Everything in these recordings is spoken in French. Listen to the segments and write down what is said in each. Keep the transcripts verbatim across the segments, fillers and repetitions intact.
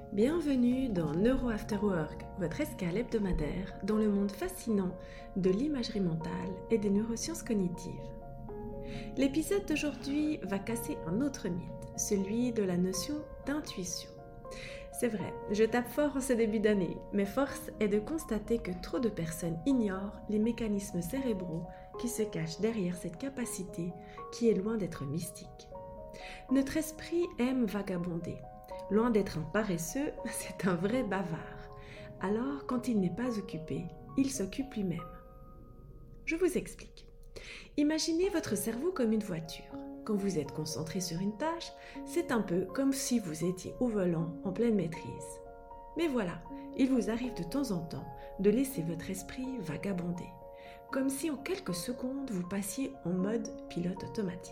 Bienvenue dans Neuro After Work, votre escale hebdomadaire dans le monde fascinant de l'imagerie mentale et des neurosciences cognitives. L'épisode d'aujourd'hui va casser un autre mythe, celui de la notion d'intuition. C'est vrai, je tape fort en ce début d'année, mais force est de constater que trop de personnes ignorent les mécanismes cérébraux qui se cachent derrière cette capacité qui est loin d'être mystique. Notre esprit aime vagabonder. Loin d'être un paresseux, c'est un vrai bavard. Alors, quand il n'est pas occupé, il s'occupe lui-même. Je vous explique. Imaginez votre cerveau comme une voiture. Quand vous êtes concentré sur une tâche, c'est un peu comme si vous étiez au volant en pleine maîtrise. Mais voilà, il vous arrive de temps en temps de laisser votre esprit vagabonder, comme si en quelques secondes vous passiez en mode pilote automatique.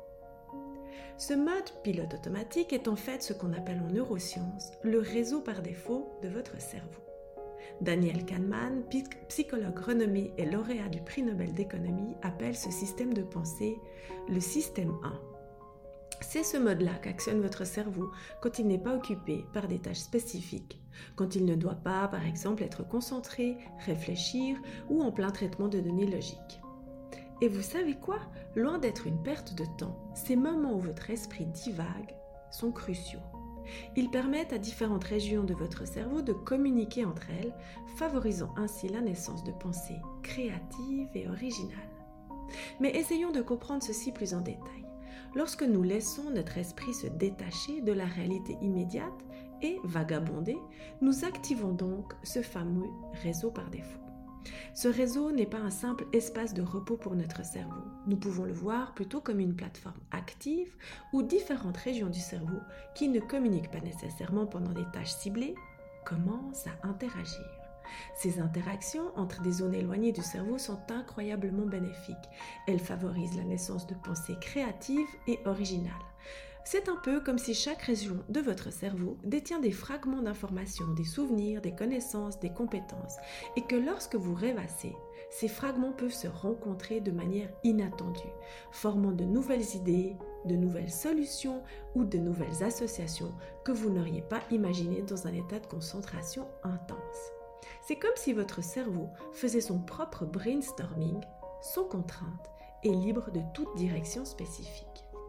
Ce mode pilote automatique est en fait ce qu'on appelle en neurosciences le réseau par défaut de votre cerveau. Daniel Kahneman, psychologue renommé et lauréat du prix Nobel d'économie, appelle ce système de pensée le système un. C'est ce mode-là qu'actionne votre cerveau quand il n'est pas occupé par des tâches spécifiques, quand il ne doit pas, par exemple, être concentré, réfléchir ou en plein traitement de données logiques. Et vous savez quoi ? Loin d'être une perte de temps, ces moments où votre esprit divague sont cruciaux. Ils permettent à différentes régions de votre cerveau de communiquer entre elles, favorisant ainsi la naissance de pensées créatives et originales. Mais essayons de comprendre ceci plus en détail. Lorsque nous laissons notre esprit se détacher de la réalité immédiate et vagabonder, nous activons donc ce fameux réseau par défaut. Ce réseau n'est pas un simple espace de repos pour notre cerveau. Nous pouvons le voir plutôt comme une plateforme active où différentes régions du cerveau qui ne communiquent pas nécessairement pendant des tâches ciblées commencent à interagir. Ces interactions entre des zones éloignées du cerveau sont incroyablement bénéfiques. Elles favorisent la naissance de pensées créatives et originales. C'est un peu comme si chaque région de votre cerveau détient des fragments d'informations, des souvenirs, des connaissances, des compétences, et que lorsque vous rêvassez, ces fragments peuvent se rencontrer de manière inattendue, formant de nouvelles idées, de nouvelles solutions ou de nouvelles associations que vous n'auriez pas imaginées dans un état de concentration intense. C'est comme si votre cerveau faisait son propre brainstorming, sans contrainte et libre de toute direction spécifique.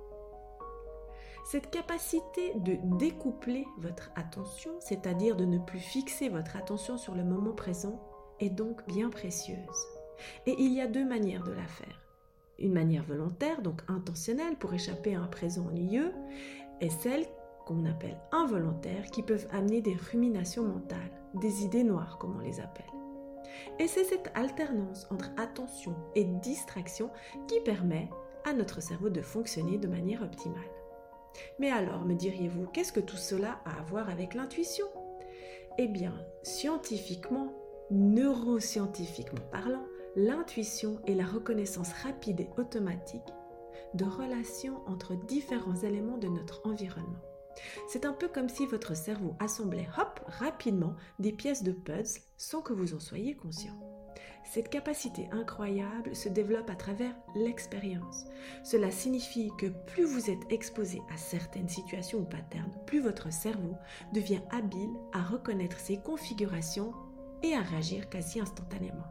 Cette capacité de découpler votre attention, c'est-à-dire de ne plus fixer votre attention sur le moment présent, est donc bien précieuse. Et il y a deux manières de la faire. Une manière volontaire, donc intentionnelle pour échapper à un présent ennuyeux, et celle qu'on appelle involontaire, qui peuvent amener des ruminations mentales, des idées noires comme on les appelle. Et c'est cette alternance entre attention et distraction qui permet à notre cerveau de fonctionner de manière optimale. Mais alors, me diriez-vous, qu'est-ce que tout cela a à voir avec l'intuition ? Eh bien, scientifiquement, neuroscientifiquement parlant, l'intuition est la reconnaissance rapide et automatique de relations entre différents éléments de notre environnement. C'est un peu comme si votre cerveau assemblait, hop, rapidement des pièces de puzzle sans que vous en soyez conscient. Cette capacité incroyable se développe à travers l'expérience. Cela signifie que plus vous êtes exposé à certaines situations ou patterns, plus votre cerveau devient habile à reconnaître ces configurations et à réagir quasi instantanément.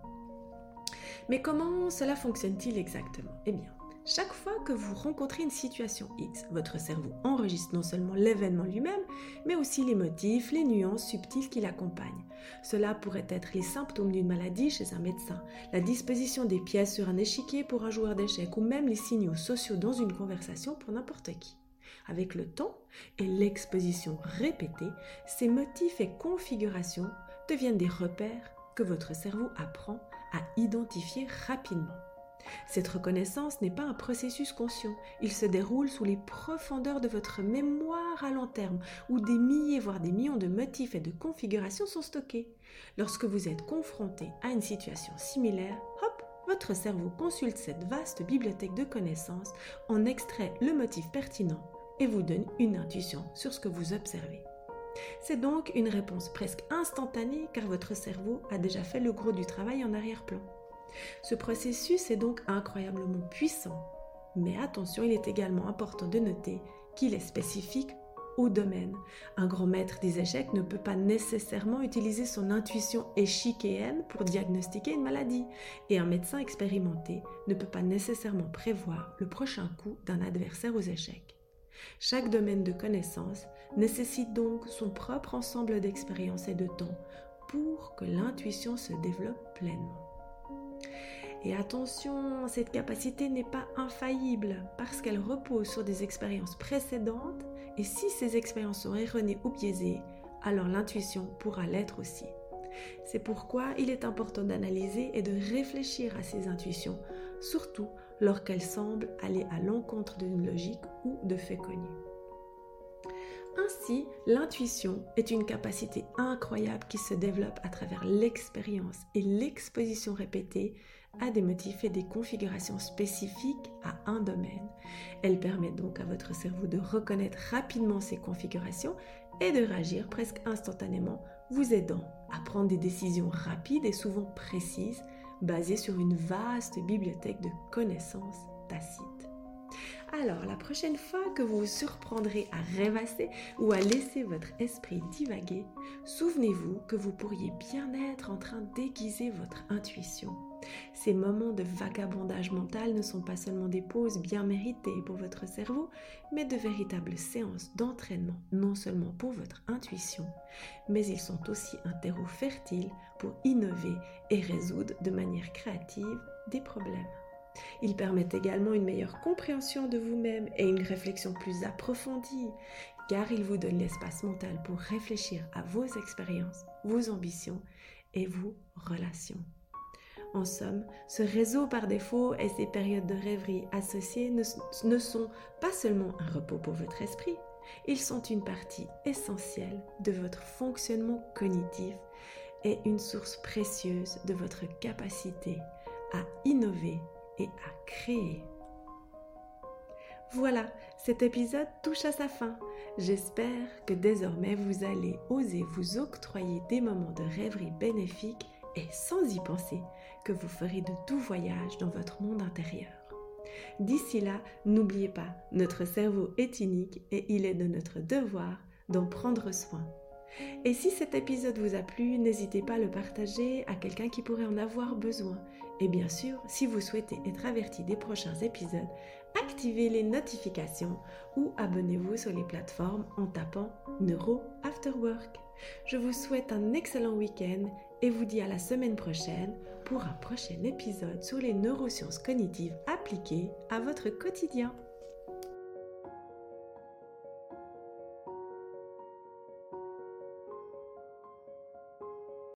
Mais comment cela fonctionne-t-il exactement ? Eh bien, chaque fois que vous rencontrez une situation X, votre cerveau enregistre non seulement l'événement lui-même, mais aussi les motifs, les nuances subtiles qui l'accompagnent. Cela pourrait être les symptômes d'une maladie chez un médecin, la disposition des pièces sur un échiquier pour un joueur d'échecs ou même les signaux sociaux dans une conversation pour n'importe qui. Avec le temps et l'exposition répétée, ces motifs et configurations deviennent des repères que votre cerveau apprend à identifier rapidement. Cette reconnaissance n'est pas un processus conscient, il se déroule sous les profondeurs de votre mémoire à long terme, où des milliers voire des millions de motifs et de configurations sont stockés. Lorsque vous êtes confronté à une situation similaire, hop, votre cerveau consulte cette vaste bibliothèque de connaissances, en extrait le motif pertinent et vous donne une intuition sur ce que vous observez. C'est donc une réponse presque instantanée car votre cerveau a déjà fait le gros du travail en arrière-plan. Ce processus est donc incroyablement puissant, mais attention, il est également important de noter qu'il est spécifique au domaine. Un grand maître des échecs ne peut pas nécessairement utiliser son intuition échiquéenne pour diagnostiquer une maladie. Et un médecin expérimenté ne peut pas nécessairement prévoir le prochain coup d'un adversaire aux échecs. Chaque domaine de connaissance nécessite donc son propre ensemble d'expériences et de temps pour que l'intuition se développe pleinement. Et attention, cette capacité n'est pas infaillible parce qu'elle repose sur des expériences précédentes et si ces expériences sont erronées ou biaisées, alors l'intuition pourra l'être aussi. C'est pourquoi il est important d'analyser et de réfléchir à ces intuitions, surtout lorsqu'elles semblent aller à l'encontre d'une logique ou de faits connus. Ainsi, l'intuition est une capacité incroyable qui se développe à travers l'expérience et l'exposition répétée à des motifs et des configurations spécifiques à un domaine. Elle permet donc à votre cerveau de reconnaître rapidement ces configurations et de réagir presque instantanément, vous aidant à prendre des décisions rapides et souvent précises, basées sur une vaste bibliothèque de connaissances tacites. Alors, la prochaine fois que vous vous surprendrez à rêvasser ou à laisser votre esprit divaguer, souvenez-vous que vous pourriez bien être en train d'aiguiser votre intuition. Ces moments de vagabondage mental ne sont pas seulement des pauses bien méritées pour votre cerveau, mais de véritables séances d'entraînement, non seulement pour votre intuition, mais ils sont aussi un terreau fertile pour innover et résoudre de manière créative des problèmes. Ils permettent également une meilleure compréhension de vous-même et une réflexion plus approfondie, car ils vous donnent l'espace mental pour réfléchir à vos expériences, vos ambitions et vos relations. En somme, ce réseau par défaut et ces périodes de rêverie associées ne, ne sont pas seulement un repos pour votre esprit, ils sont une partie essentielle de votre fonctionnement cognitif et une source précieuse de votre capacité à innover et à créer. Voilà, cet épisode touche à sa fin. J'espère que désormais vous allez oser vous octroyer des moments de rêverie bénéfiques et sans y penser que vous ferez de doux voyages dans votre monde intérieur. D'ici là, n'oubliez pas, notre cerveau est unique et il est de notre devoir d'en prendre soin. Et si cet épisode vous a plu, n'hésitez pas à le partager à quelqu'un qui pourrait en avoir besoin. Et bien sûr, si vous souhaitez être averti des prochains épisodes, activez les notifications ou abonnez-vous sur les plateformes en tapant Neuro After Work. Je vous souhaite un excellent week-end et vous dis à la semaine prochaine pour un prochain épisode sur les neurosciences cognitives appliquées à votre quotidien.